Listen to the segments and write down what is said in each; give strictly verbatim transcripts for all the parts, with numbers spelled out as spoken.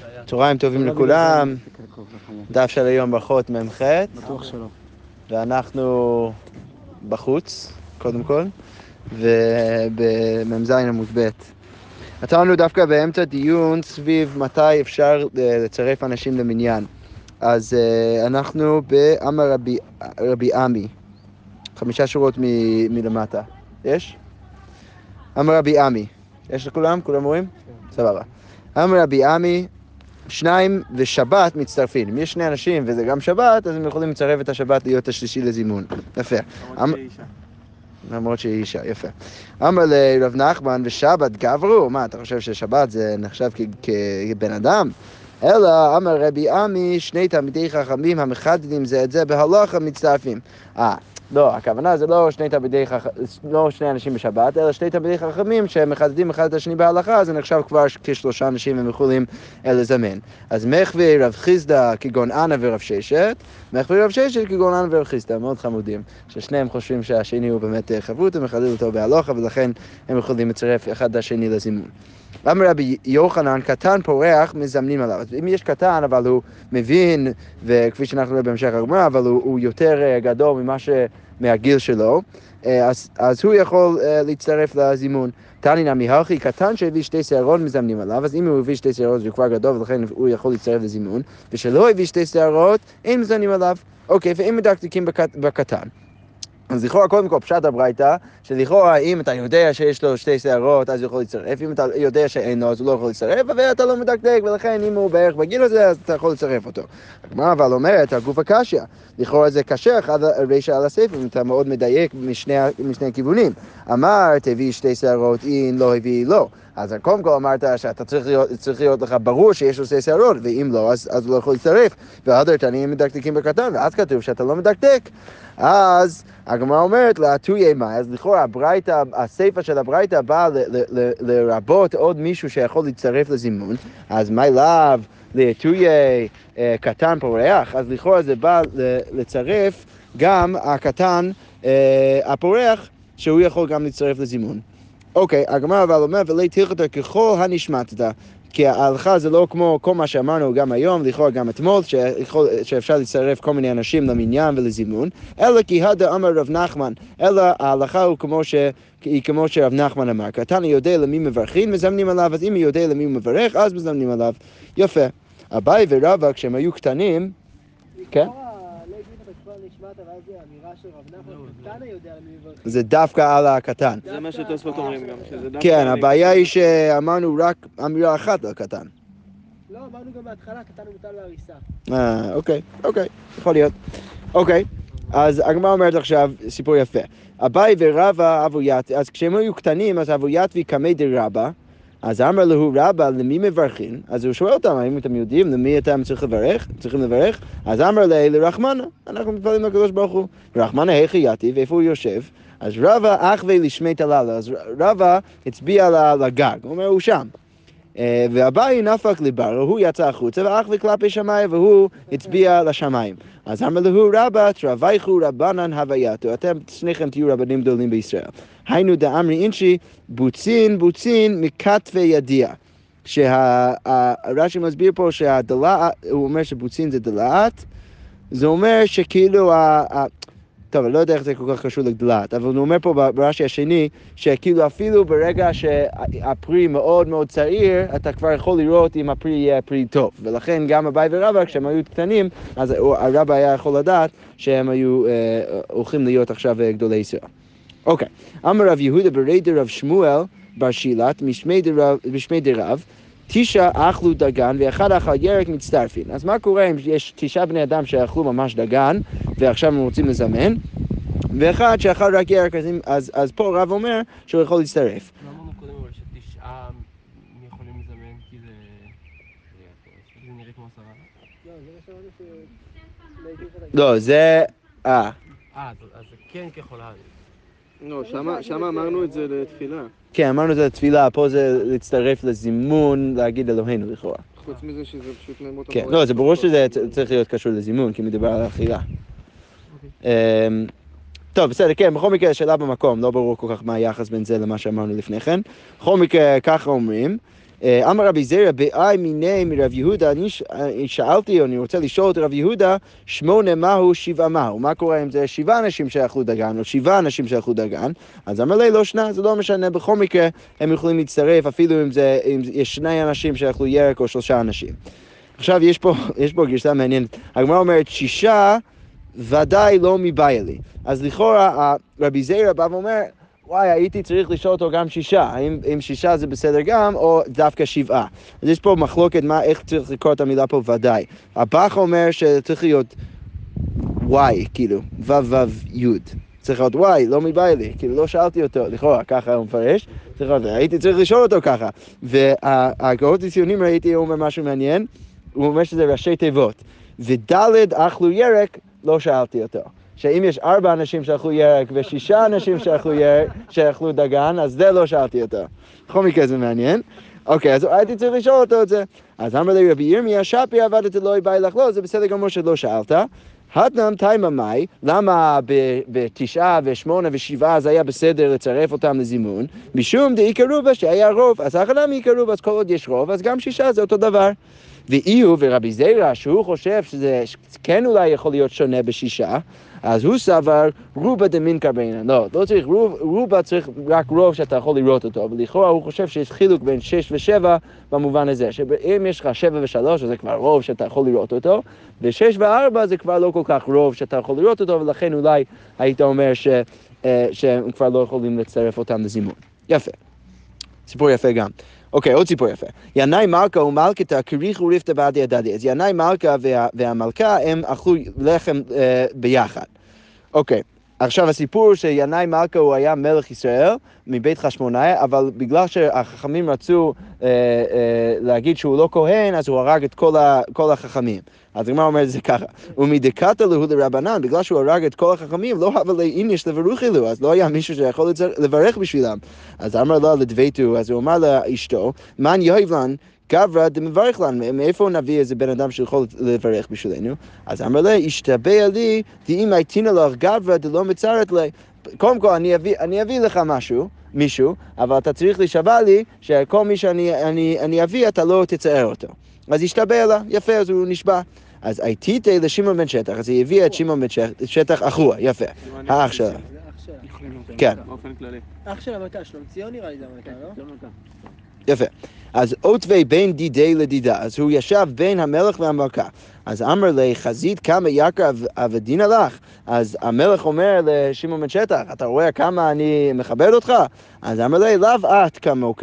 צהריים טובים לכולם, דף של היום ברכות ממ"ח. בטוח שלא. ואנחנו בחוץ, קודם כל, ובמ"ז עמוד ב'. עתרנו דווקא באמצע דיון סביב מתי אפשר לצרף אנשים למניין. אז אנחנו באמר רבי, רבי עמי, חמישה שורות מ- מלמטה. יש? אמר רבי עמי. יש לכולם? כולם רואים? סבבה. אמר רבי עמי, שניים ושבת מצטרפים. אם יש שני אנשים וזה גם שבת, אז הם יכולים לצרף את השבת להיות השלישי לזימון. יפה. למרות שהיא אישה. למרות שהיא אישה, יפה. אמר לרב נחמן ושבת גברו. מה, אתה חושב ששבת זה נחשב כ- כבן אדם? אלא אמר רבי עמי, שני תלמידי חכמים המחדדים זה את זה בהלכה מצטרפים. אה, לא, הכוונה זה לא שני תלמידי חכמים, לא שני אנשים בשבת, אלא שני תלמידי חכמים שמחדדים אחד את השני בהלכה, אז זה נחשב כבר כשלושה אנשים הם יכולים לזמן. אז מחווי רב חיסדא כגון אנה ורב ששת, מחווי רב ששת כגון אנה ורב חיסדא, מאוד חמודים, ששניהם חושבים שהשני הוא באמת חברות, הם מחדדים אותו בהלכה, ולכן הם יכולים לצרף אחד השני לזימון. אמר רבי יוחנן, קטן פורח מזמנים עליו. אז אם יש קטן, אבל הוא מבין, וכפי שאנחנו רואים בהמשך הגמרא, אבל הוא, הוא יותר גדול ממה ש... מהגיל שלו, אז, אז הוא יכול uh, להצטרף לזימון. תני נמי הלכי, קטן שהביא שתי שערות מזמנים עליו, אז אם הוא הביא שתי שערות זה כבר גדול, ולכן הוא יכול להצטרף לזימון, ושלא הביא שתי שערות, אין מזמנים עליו. אוקיי, ואם מדקדקים בקט, בקטן. אז לכאורה, קודם כל, פשט הברייתא, שלכאורה, אם אתה יודע שיש לו שתי שערות, אז הוא יכול להצטרף, אם אתה יודע שאין לו, אז הוא לא יכול להצטרף, ואתה לא מדקדק, ולכן אם הוא בערך בגיל הזה, אז אתה יכול לצרף אותו. הגמרא אבל אומרת, הגוף הקשיא, לכאורה זה קשה, אחד הרשע על הספר, אם אתה מאוד מדייק משני, משני כיוונים. אמרת, הביא שתי שערות, אם לא הביא לא. אז קודם כל אמרת שאתה צריך להיות, צריך להיות לך ברור שיש לו שתי שערות, ואם לא, אז, אז הוא לא יכול להצטרף. והדר תנאים מדקדקים בקטן, ואז כתוב שאתה לא מדקדק. אז הגמרא אומרת לה, תויי מה, אז לכאורה הברייתא, הסיפא של הברייתא באה לרבות עוד מישהו שיכול להצטרף לזימון, אז מה אליו לתויי קטן פורח, אז לכאורה זה בא לצרף גם הקטן הפורח, שהוא יכול גם להצטרף לזימון. אוקיי, הגמרא אבל אומר, ולא תלכתא ככל הנשמטת, כי ההלכה זה לא כמו כל מה שאמרנו גם היום, לכאורה גם אתמול, שיכול, שאפשר לצרף כל מיני אנשים למניין ולזימון, אלא כי הדה אמר רב נחמן, אלא ההלכה הוא כמו ש... היא כמו שרב נחמן אמר, קטן יודע למי מברכים, מזמנים עליו, אז אם הוא יודע למי הוא מברך, אז מזמנים עליו. יפה. אביי ורבא, כשהם היו קטנים, כן? זה דווקא על הקטן. זה מה שתוספות אומרים גם. כן, הבעיה היא שאמרנו רק אמירה אחת על קטן. לא, אמרנו גם בהתחלה, קטן הוא מוטל להריסה. אה, אוקיי, אוקיי, יכול להיות. אוקיי, אז הגמרא אומרת עכשיו סיפור יפה. אביי ורבא אבו יתבי, אז כשהם היו קטנים, אז אבו יתבי קמי דרבא, אז אמר לו רבא, למי מברכים? אז הוא שואל אותם, האם אתם יודעים למי אתם צריכים לברך? צריכים לברך? אז אמר לה, לרחמנה, אנחנו מתפללים לקדוש ברוך הוא. רחמנה היכי יתיב, איפה הוא יושב? אז רבא אחווי לשמי תללה, אז רבא הצביע לגג, הוא אומר, הוא שם. ואביי נפק לבר, הוא יצא החוצה, ואחווי כלפי שמיים, והוא הצביע לשמיים. אז אמר לו רבא, תרוויחו רבנן הווייתו, אתם שניכם תהיו רבנים גדולים בישראל. היינו דאמרי אינשי, בוצין, בוצין, מכתבי ידיע. שהרש"י מסביר פה שהדלעת, הוא אומר שבוצין זה דלעת, זה אומר שכאילו, טוב, אני לא יודע איך זה כל כך קשור לדלעת, אבל הוא אומר פה ברש"י השני, שכאילו אפילו ברגע שהפרי מאוד מאוד צעיר, אתה כבר יכול לראות אם הפרי יהיה פרי טוב. ולכן גם אביי ורבא, כשהם היו קטנים, אז הרבא היה יכול לדעת שהם היו הולכים להיות עכשיו גדולי ישראל. אוקיי, אמר רב יהודה ברי דרב שמואל בר שילת, משמי דרב, תשע אכלו דגן ואחד אכל ירק מצטרפין. אז מה קורה אם יש תשעה בני אדם שאכלו ממש דגן ועכשיו הם רוצים לזמן, ואחד שאכל רק ירק, אז, אז, אז פה רב אומר שהוא יכול להצטרף. לא אמרנו קודם אבל שתשעה יכולים לזמן כי זה... זה נראה כמו עשרה? לא, זה... אה. אה, אז זה כן ככל העד. לא, שמה אמרנו את זה לתפילה. כן, אמרנו את זה לתפילה, פה זה להצטרף לזימון, להגיד אלוהינו לכאורה. חוץ מזה שזה פשוט נעמות... כן, לא, זה ברור שזה צריך להיות קשור לזימון, כי מדבר על אכילה. טוב, בסדר, כן, בכל מקרה שאלה במקום, לא ברור כל כך מה היחס בין זה למה שאמרנו לפני כן. בכל מקרה, ככה אומרים, אמר רבי זירא באי מיני מרב יהודה, אני ש- שאלתי, או אני רוצה לשאול את רב יהודה, שמונה מהו, שבעה מהו, מה קורה אם זה שבעה אנשים שאכלו דגן, או שבעה אנשים שאכלו דגן, אז אמר לי, לא שנה, זה לא משנה, בכל מקרה הם יכולים להצטרף, אפילו אם זה, אם יש שני אנשים שאכלו ירק או שלושה אנשים. עכשיו יש פה, יש פה גרסה מעניינת, הגמרא אומרת שישה, ודאי לא מבעלי. אז לכאורה רבי זירא בא ואומר, וואי, הייתי צריך לשאול אותו גם שישה, האם אם שישה זה בסדר גם, או דווקא שבעה. אז יש פה מחלוקת, מה, איך צריך לקרוא את המילה פה ודאי. הבח אומר שצריך להיות וואי, כאילו, וו וו יוד. צריך להיות וואי, לא מבעלי, כאילו לא שאלתי אותו, לכאורה, ככה הוא מפרש, צריך להיות, הייתי צריך לשאול אותו ככה. והגאות הציונים ראיתי, הוא אומר משהו מעניין, הוא אומר שזה ראשי תיבות. ודלת אכלו ירק, לא שאלתי אותו. שאם יש ארבע אנשים שאכלו ירק ושישה אנשים שאכלו ירק, שאכלו דגן, אז זה לא שאלתי אותו. בכל מקרה זה מעניין. אוקיי, אז הייתי צריך לשאול אותו את זה. אז אמר לי רבי ירמיה, שפי עבדת לא יבאי לך, לא, זה בסדר גמור שלא שאלת. התנם תימא מאי, למה בתשעה ושמונה ושבעה זה היה בסדר לצרף אותם לזימון? משום דאיקרו בה שהיה רוב, אז אחרם איקרו בה, אז כל עוד יש רוב, אז גם שישה זה אותו דבר. ואיהו ורבי זירא, שהוא חושב שזה כן אולי יכול להיות שונה בשישה, אז הוא סבר רובה דמין קרבנה. לא, לא צריך רוב, רובה צריך רק רוב שאתה יכול לראות אותו, ולכאורה הוא חושב שיש חילוק בין שש ושבע במובן הזה, שאם יש לך שבע ושלוש, אז זה כבר רוב שאתה יכול לראות אותו, ושש וארבע זה כבר לא כל כך רוב שאתה יכול לראות אותו, ולכן אולי היית אומר ש, שהם כבר לא יכולים לצרף אותם לזימון. יפה. סיפור יפה גם. אוקיי, עוד סיפור יפה. ינאי מלכה ומלכתה כריחו רבתא בעדי הדדי. אז ינאי מלכה וה, והמלכה הם אכלו לחם אה, ביחד. אוקיי, עכשיו הסיפור שינאי מלכה הוא היה מלך ישראל מבית חשמונאי, אבל בגלל שהחכמים רצו אה, אה, להגיד שהוא לא כהן, אז הוא הרג את כל, ה, כל החכמים. אז הגמרא אומרת זה ככה, ומדקתא להו לרבנן, בגלל שהוא הרג את כל החכמים, לא הווה לאיניש לברך אלו, אז לא היה מישהו שיכול לברך בשבילם. אז אמר לה לדבייתו, אז הוא אמר לאשתו, מן יאהב לן, גברא דמברך לן, מאיפה נביא איזה בן אדם שיכול לברך בשבילנו? אז אמר לה, השתבע לי, דאם הייתינה לך גברא דלא מצרת לי. קודם כל אני אביא, אני אביא לך משהו, מישהו, אבל אתה צריך להישבע לי שכל מי שאני אני, אני אביא אתה לא תצער אותו. אז השתבע לה, יפה, אז הוא נשבע. אז הייתיתי לשמעון בן שטח, אז היא הביאה את שמעון בן שטח אחוה, יפה, האח שלה. כן. באופן כללי. אח של המתה, שלום ציון נראה לי זה המתה, לא? יפה. אז עוטווי בין דידי לדידה, אז הוא ישב בין המלך והמלכה. אז אמר לי, חזית כמה יקר עבדין לך? אז המלך אומר לשמעון בן שטח, אתה רואה כמה אני מכבד אותך? אז אמר לי, לאו את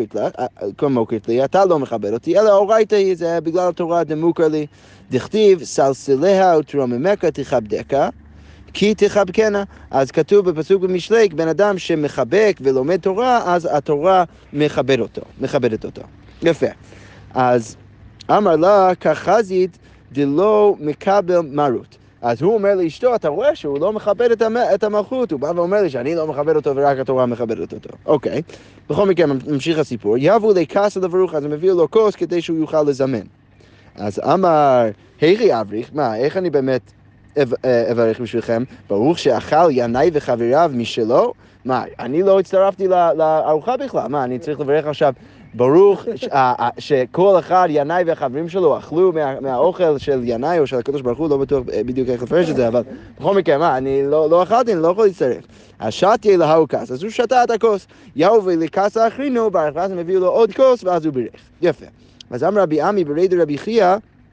כמוקת לי, אתה לא מכבד אותי, אלא אורייתא היא, זה בגלל התורה דמוכר לי. דכתיב, סלסליה ותרוממך תכבדך, כי תחבקנה. אז כתוב בפסוק במשלי, בן אדם שמחבק ולומד תורה, אז התורה מכבד אותו, מכבדת אותו. יפה. אז אמר לה, כחזית דלא מקבל מרות. אז הוא אומר לאשתו, אתה רואה שהוא לא מכבד את, המ... את המלכות, הוא בא ואומר לי שאני לא מכבד אותו ורק התורה מכבדת אותו. אוקיי, בכל מקרה ממשיך הסיפור, יבוא לי כסה לברוך, אז הם הביאו לו כוס כדי שהוא יוכל לזמן. אז אמר, היכי אבריך, מה, איך אני באמת אברך בשבילכם? ברוך שאכל ינאי וחבריו משלו? מה, אני לא הצטרפתי לארוחה בכלל, מה, אני צריך לברך עכשיו? ברוך שכל אחד ינאי והחברים שלו אכלו מהאוכל של ינאי או של הקדוש ברוך הוא, לא בטוח בדיוק איך לפרש את זה, אבל בכל מקרה, מה, אני לא אכלתי, אני לא יכול להצטרף. אז שתי אלוהו כוס, אז הוא שתה את הכוס, יאהב לכוס האחרינו, ברך, ואז הם הביאו לו עוד כוס, ואז הוא בירך. יפה. אז אמר רבי עמי ברי דרבי חייא,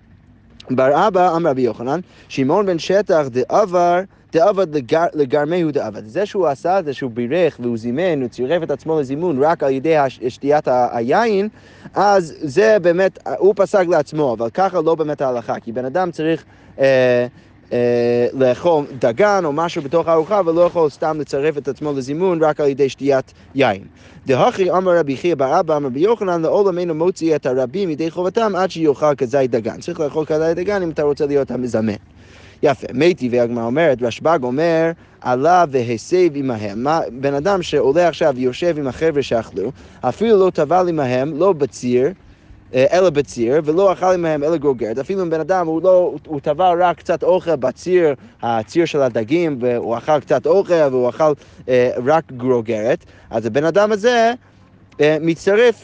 בר אבא אמר רבי יוחנן, שמעון בן שטח דעבר, דעבד לגר, לגרמהו דעבד. זה שהוא עשה, זה שהוא בירך והוא זימן, הוא צירף את עצמו לזימון רק על ידי שתיית היין, אז זה באמת, הוא פסק לעצמו, אבל ככה לא באמת ההלכה, כי בן אדם צריך אה, אה, לאכול דגן או משהו בתוך הארוחה, ולא יכול סתם לצרף את עצמו לזימון רק על ידי שתיית יין. דהכי אמר רבי חייא בר אבא אמר רבי יוחנן, לעולם אינו מוציא את הרבים מידי חובתם עד שיאכל כזית דגן. צריך לאכול כזית דגן אם אתה רוצה להיות המזמן. יפה, מתי והגמרא אומרת, רשב"ג אומר, עלה והסב עמהם. בן אדם שעולה עכשיו ויושב עם החבר'ה שאכלו, אפילו לא טבל עמהם, לא בציר, אלא בציר, ולא אכל עמהם אלא גרוגרת. אפילו אם בן אדם הוא לא, הוא טבל רק קצת אוכל בציר, הציר של הדגים, והוא אכל קצת אוכל והוא אכל אה, רק גרוגרת, אז הבן אדם הזה אה, מצטרף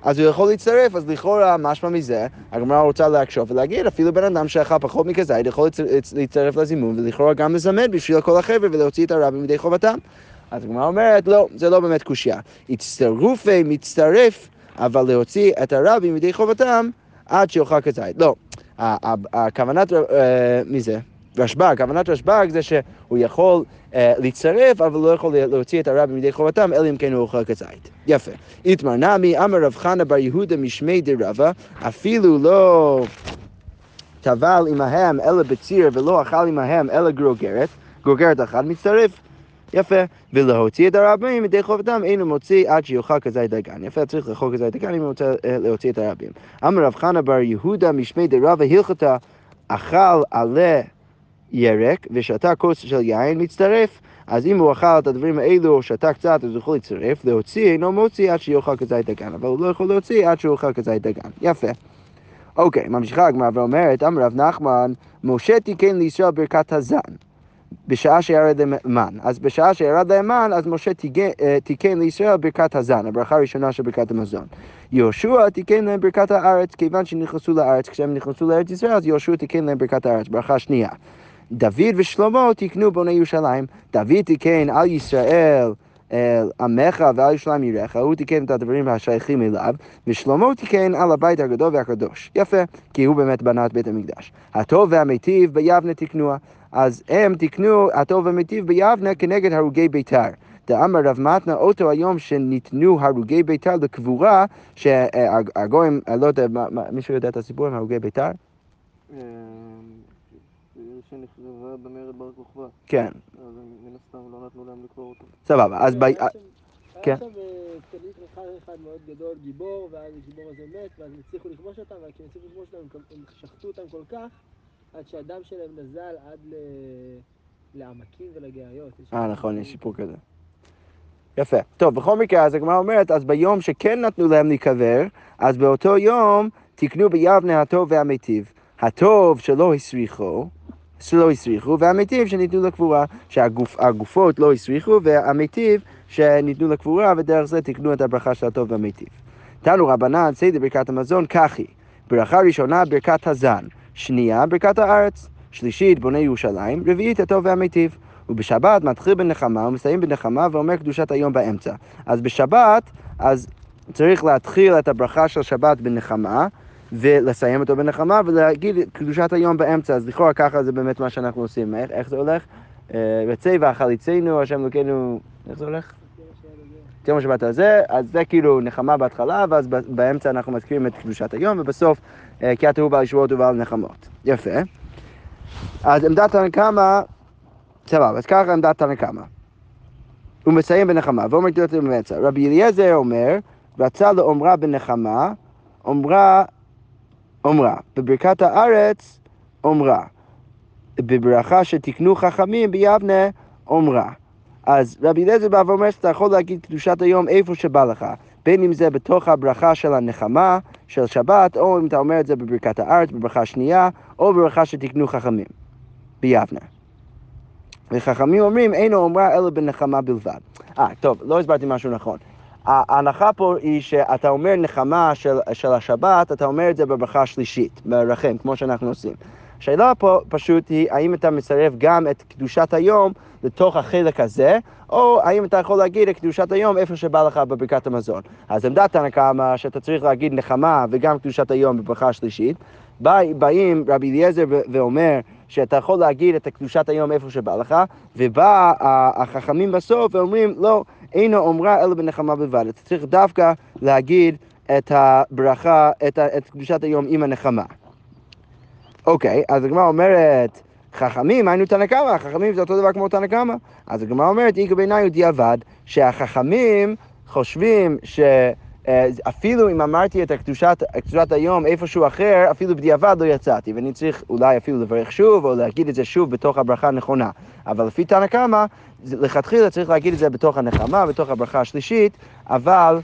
אז הוא יכול להצטרף, אז לכאורה משמע מזה, הגמרא רוצה להקשוף ולהגיד, אפילו בן אדם שאכל פחות מכזית יכול להצטרף לזימון, ולכאורה גם לזמן בשביל כל החבר'ה ולהוציא את הרבים מידי חובתם. אז הגמרא אומרת, לא, זה לא באמת קושיה. הצטרופי מצטרף, אבל להוציא את הרבים מידי חובתם עד שיאכל כזית. לא, הכוונת, מי זה? רשב"ג, כוונת רשב"ג זה שהוא יכול אה, להצטרף, אבל לא יכול להוציא את הרבים מידי חובתם, אלא אם כן הוא אוכל כזית. יפה. איתמר נמי, אמר רב חנא בר יהודה משמי דרבא, אפילו לא טבל עמהם אלא בציר, ולא אכל עמהם אלא גרוגרת, גרוגרת אחת מצטרף. יפה. ולהוציא את הרבים מידי חובתם, אינו מוציא עד שיאכל כזית דגן. יפה, צריך לאכול כזית דגן אם הוא רוצה אה, להוציא את הרבים. אמר רב חנא בר יהודה משמי דרבא, הלכתה אכל עלה ירק ושתה כוס של יין מצטרף, אז אם הוא אכל את הדברים האלו או שתה קצת, אז הוא יכול להצטרף, להוציא אינו מוציא עד שיאכל כזית דגן, אבל הוא לא יכול להוציא עד שהוא אוכל כזית דגן. יפה. אוקיי, ממשיכה הגמרא ואומרת, אמר רב נחמן, משה תיקן לישראל ברכת הזן, בשעה שירד למן. אז בשעה שירד למן, אז משה תיקן לישראל ברכת הזן, הברכה הראשונה של ברכת המזון. יהושע תיקן להם ברכת הארץ, כיוון שנכנסו לארץ, כשהם נכנסו לארץ ישראל, אז יהושע תיקן להם ברכת הארץ, ברכה שנייה. דוד ושלמה תיקנו בוני ירושלים, דוד תיקן על ישראל אל עמך ועל ירושלים יראך, הוא תיקן את הדברים השייכים אליו, ושלמה תיקן על הבית הגדול והקדוש. יפה, כי הוא באמת בנה את בית המקדש. הטוב והמיטיב ביבנה תיקנוה, אז הם תיקנו הטוב והמיטיב ביבנה כנגד הרוגי ביתר. דאמר רב מתנה, אותו היום שניתנו הרוגי ביתר לקבורה, שהגויים, לא יודע, מישהו יודע את הסיפור עם הרוגי ביתר? שנחזרה במרד בר כוכבא. כן. אז מן הסתם לא נתנו להם לקבור אותו. סבבה, אז ב... היה כן. שם צדיק אחד אחד מאוד גדול, גיבור, ואז הגיבור הזה מת, ואז הם הצליחו לכבוש אותם, וכשהם הצליחו לכבוש אותם, הם שחטו אותם כל כך, עד שהדם שלהם נזל עד לעמקים ולגאיות. אה, נכון, יש סיפור כזה. יפה. טוב, בכל מקרה, אז הגמרא אומרת, אז ביום שכן נתנו להם להיקבר, אז באותו יום תקנו ביבנה הטוב והמיטיב. הטוב שלא הסריחו, שלא הסריחו, והמיטיב שניתנו לקבורה, שהגופות לא הסריחו, והמיטיב שניתנו לקבורה, ודרך זה תקנו את הברכה של הטוב והמיטיב. תנו רבנן, סדר ברכת המזון, ככי. ברכה ראשונה, ברכת הזן. שנייה, ברכת הארץ. שלישית, בוני ירושלים. רביעית, הטוב והמיטיב. ובשבת מתחיל בנחמה, ומסיים בנחמה, ואומר קדושת היום באמצע. אז בשבת, אז צריך להתחיל את הברכה של שבת בנחמה, ולסיים אותו בנחמה, ולהגיד קדושת היום באמצע. אז לכאורה ככה זה באמת מה שאנחנו עושים. איך, איך זה הולך? רצי ואכליצנו, השם לוקנו, איך זה הולך? תיום השבת הזה, אז זה כאילו נחמה בהתחלה, ואז באמצע אנחנו מזכירים את קדושת היום, ובסוף כי אתה הוא בעל ישועות ובעל נחמות. יפה. אז עמדת תנא קמא, סבבה, אז ככה עמדת תנא קמא. הוא מסיים בנחמה, ואומר קדושת היום באמצע. רבי אליעזר אומר, רצה לאומרה בנחמה, אומרה, אומרה, בברכת הארץ, אומרה, בברכה שתקנו חכמים ביבנה, אומרה. אז רבי אליעזר בא ואומר שאתה יכול להגיד קדושת היום איפה שבא לך, בין אם זה בתוך הברכה של הנחמה, של שבת, או אם אתה אומר את זה בברכת הארץ, בברכה שנייה, או בברכה שתקנו חכמים ביבנה. וחכמים אומרים, אינו אומרה אלא בנחמה בלבד. אה, טוב, לא הסברתי משהו נכון. ההנחה פה היא שאתה אומר נחמה של, של השבת, אתה אומר את זה בברכה השלישית, ברחם, כמו שאנחנו עושים. השאלה פה פשוט היא, האם אתה מצרף גם את קדושת היום לתוך החלק הזה, או האם אתה יכול להגיד את קדושת היום איפה שבא לך בברכת המזון. אז עמדת תנא קמא שאתה צריך להגיד נחמה וגם קדושת היום בברכה השלישית, בא, באים רבי אליעזר ואומר שאתה יכול להגיד את קדושת היום איפה שבא לך, ובא החכמים בסוף ואומרים, לא, אינו אומרה אלא בנחמה בלבד. אתה צריך דווקא להגיד את הברכה, את, את קדושת היום עם הנחמה. אוקיי, אז הגמרא אומרת, חכמים, היינו תנא קמא, חכמים זה אותו דבר כמו תנא קמא. אז הגמרא אומרת, איכא בעיניי הוא דיעבד, שהחכמים חושבים שאפילו אם אמרתי את קדושת, קדושת היום איפשהו אחר, אפילו בדיעבד לא יצאתי, ואני צריך אולי אפילו לברך שוב, או להגיד את זה שוב בתוך הברכה הנכונה. אבל לפי תנא קמא, לכתחילה צריך להגיד את זה בתוך הנחמה, בתוך הברכה השלישית, אבל,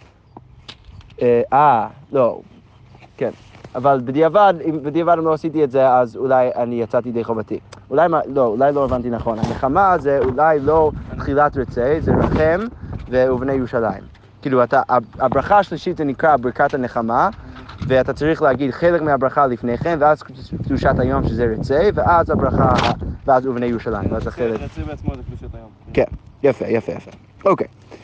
אה, לא, כן. אבל בדיעבד, אם בדיעבד אם לא עשיתי את זה, אז אולי אני יצאתי די חובתי. אולי, לא, אולי לא הבנתי נכון. הנחמה זה אולי לא תחילת רצי, זה רחם ובני ירושלים. כאילו, אתה, הברכה השלישית זה נקרא ברכת הנחמה, ואתה צריך להגיד חלק מהברכה לפני כן, ואז קדושת היום שזה רצה, ואז הברכה, ואז ובני ירושלים, ואז החלק. רצה בעצמו זה קדושת היום. כן, יפה, יפה, יפה. אוקיי.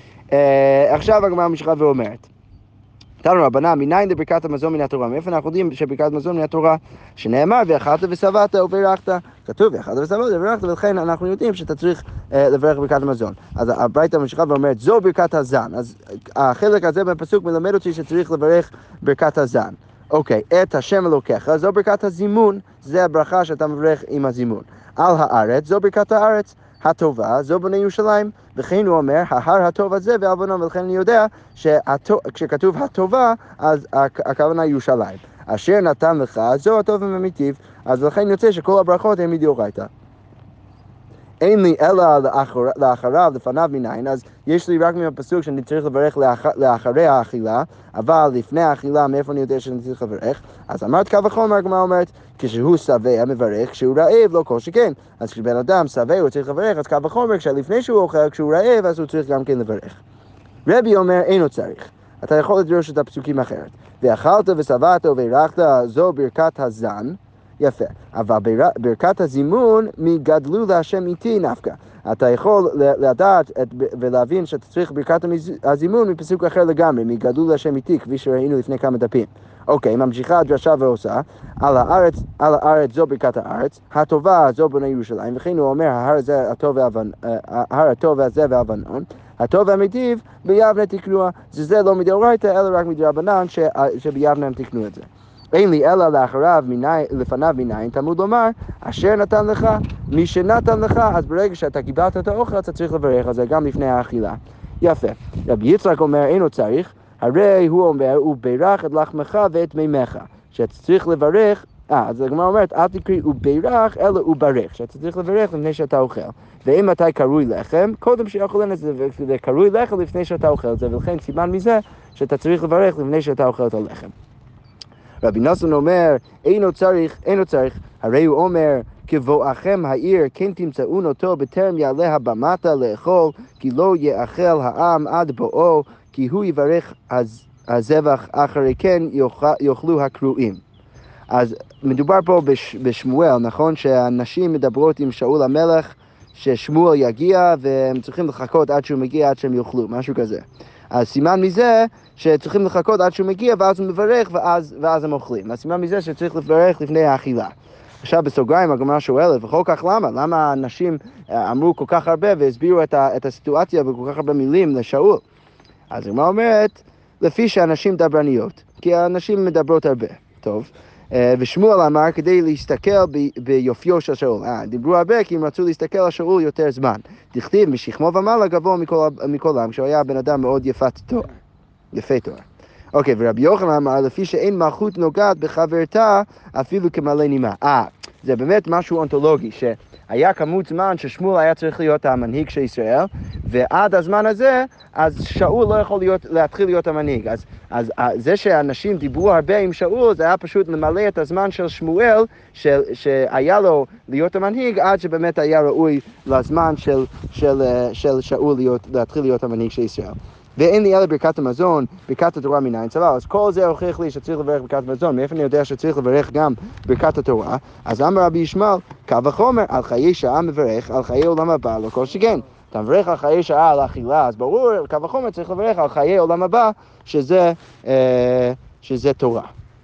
עכשיו הגמרא ממשיכה ואומרת, תנו רבנן, מניין לברכת המזון מן התורה? מאיפה אנחנו יודעים שברכת מזון מן התורה? שנאמר, ואכלת ושבעת וברכת. כתוב, ואכלת ושבעת וברכת, ולכן אנחנו יודעים שאתה צריך אה, לברך ברכת המזון. אז הברייתא ממשיכה ואומרת, זו ברכת הזן. אז החלק הזה בפסוק מלמד אותי שצריך לברך ברכת הזן. אוקיי, את השם אלוקיך, זו ברכת הזימון, זה הברכה שאתה מברך עם הזימון. על הארץ, זו ברכת הארץ. הטובה, זו בני ירושלים, וכן הוא אומר, ההר הטוב הזה ועוונם, ולכן אני יודע שכשכתוב הטובה, אז הכוונה ירושלים. אשר נתן לך, זו הטוב וממיטיב, אז לכן יוצא שכל הברכות הן מדאורייתא. אין לי אלא לאחריו, לפניו מניין, אז יש לי רק מהפסוק שאני צריך לברך לאחרי האכילה, אבל לפני האכילה, מאיפה אני יודע שאני צריך לברך? אז אמרת קו החומר, הגמרא אומרת, כשהוא שבע מברך, כשהוא רעב, לא כל שכן. אז כשבן אדם שבע הוא צריך לברך, אז קו החומר, כשלפני שהוא אוכל, כשהוא רעב, אז הוא צריך גם כן לברך. רבי אומר, אינו צריך. אתה יכול לדרוש את הפסוקים אחרת. ואכלת ושבעת וברכת, זו ברכת הזן. יפה, אבל ברכת הזימון מגדלו להשם איתי נפקא. אתה יכול לדעת ולהבין שאתה צריך ברכת הזימון מפסוק אחר לגמרי, מגדלו להשם איתי, כפי שראינו לפני כמה דפים. אוקיי, ממשיכה הדרשה ועושה, על הארץ, על הארץ זו ברכת הארץ, הטובה זו בני ירושלים, וכן הוא אומר, ההר הזה הטוב ההר הטוב הזה והבנון, הטוב והמיטיב ביבנה תקנוה, זה לא מדאורייתא אלא רק מדרבנן שביבנה הם תקנו את זה. אין לי אלא לאחריו, לפניו מניין, תלמוד לומר, אשר נתן לך, מי שנתן לך, אז ברגע שאתה קיבלת את האוכל, אתה צריך לברך על זה גם לפני האכילה. יפה. רבי יצחק אומר, אינו צריך, הרי הוא אומר, הוא בירך את לחמך ואת מימך, שאתה צריך לברך, אה, אז הגמרא אומרת, אל תקריא הוא בירך, אלא הוא ברך, שאתה צריך לברך לפני שאתה אוכל. ואם מתי קרוי לחם, קודם שיאכלן את זה, זה קרוי לחם לפני שאתה אוכל את זה, ולכן סימן מזה שאתה צריך לברך לפני שאתה אוכל את הלחם. רבי נסון אומר, אינו צריך, אינו צריך, הרי הוא אומר, כבואכם העיר, כן תמצאון אותו בטרם יעלה הבמתה לאכול, כי לא יאכל העם עד בואו, כי הוא יברך הזבח, אחרי כן יאכלו הקרואים. אז מדובר פה בש, בשמואל, נכון? שהנשים מדברות עם שאול המלך, ששמואל יגיע, והם צריכים לחכות עד שהוא מגיע, עד שהם יאכלו, משהו כזה. אז סימן מזה שצריכים לחכות עד שהוא מגיע, ואז הוא מברך, ואז, ואז הם אוכלים. אז סימן מזה שצריך לברך לפני האכילה. עכשיו בסוגריים הגמרא שואלת, וכל כך למה? למה האנשים אמרו כל כך הרבה והסבירו את, ה, את הסיטואציה בכל כך הרבה מילים לשאול? אז הגמרא אומרת, לפי שהנשים דברניות, כי האנשים מדברות הרבה. טוב. ושמואל אמר כדי להסתכל ב, ביופיו של שאול. אה, דיברו הרבה כי הם רצו להסתכל על שאול יותר זמן. דכתיב משכמו ומעלה גבוה מכל, מכולם, כשהוא היה בן אדם מאוד יפת תואר. יפה תואר. אוקיי, ורבי יוחנן אמר, לפי שאין מלכות נוגעת בחברתה, אפילו כמלא נימה. אה, זה באמת משהו אונתולוגי, שהיה כמות זמן ששמואל היה צריך להיות המנהיג של ישראל, ועד הזמן הזה, אז שאול לא יכול להיות, להתחיל להיות המנהיג. אז, אז זה שאנשים דיברו הרבה עם שאול, זה היה פשוט למלא את הזמן של שמואל, של, שהיה לו להיות המנהיג, עד שבאמת היה ראוי לזמן של, של, של שאול להיות, להתחיל להיות המנהיג של ישראל. ואין לי אלא ברכת המזון, ברכת התורה מניין צבא. אז כל זה הוכיח לי שצריך לברך ברכת המזון. מאיפה אני יודע שצריך לברך גם ברכת התורה? אז אמר רבי ישמעאל, קו החומר, על חיי שעה מברך, על חיי עולם הבא, לא כל שכן. אתה מברך על חיי שעה על אכילה, אז ברור, קו החומר צריך לברך על חיי עולם הבא, שזה, אה, שזה תורה.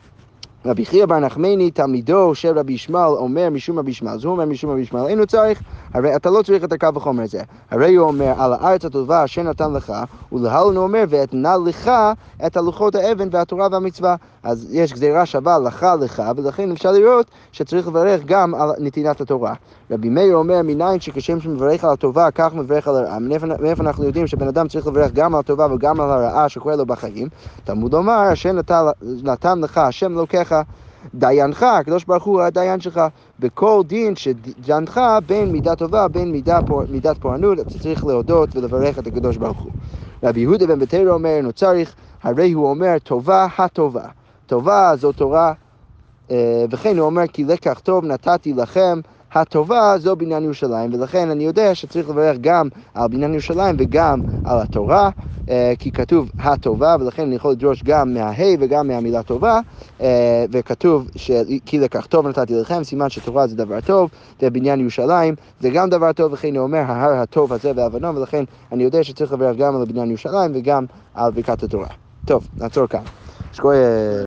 רבי חייא בר נחמני, תלמידו של רבי ישמעאל, אומר משום רבי ישמעאל. אז הוא אומר משום רבי ישמעאל, אינו צריך, הרי אתה לא צריך את הקו החומר הזה. הרי הוא אומר, על הארץ הטובה אשר נתן לך, ולהלן הוא אומר, ואתנה לך את הלוחות האבן והתורה והמצווה. אז יש גזירה שווה לך לך, ולכן אפשר לראות שצריך לברך גם על נתינת התורה. רבי מאיר אומר, מניין שכשם שמברך על הטובה, כך מברך על הרעה. מאיפה אנחנו יודעים שבן אדם צריך לברך גם על הטובה וגם על הרעה שקורה לו בחיים? תלמוד לומר, אשר נתן, נתן לך, השם אלוקיך, דיינך, הקדוש ברוך הוא הדיין שלך, בכל דין שדינך בין מידה טובה, בין מידה פור, מידת פורענות, אתה צריך להודות ולברך את הקדוש ברוך הוא. רבי יהודה בן בתרא אומר, אינו צריך, הרי הוא אומר, טובה הטובה. טובה זו תורה, וכן הוא אומר, כי לקח טוב נתתי לכם, הטובה זו בניין ירושלים, ולכן אני יודע שצריך לברך גם על בניין ירושלים וגם על התורה, כי כתוב הטובה, ולכן אני יכול לדרוש גם מההי וגם מהמילה טובה, וכתוב כי לקח טוב נתתי לכם, סימן שתורה זה דבר טוב, ובניין ירושלים זה גם דבר טוב, וכן הוא אומר ההר הטוב הזה והבנון, ולכן אני יודע שצריך לברך גם על בניין ירושלים וגם על ברכת התורה. טוב, נעצור כאן.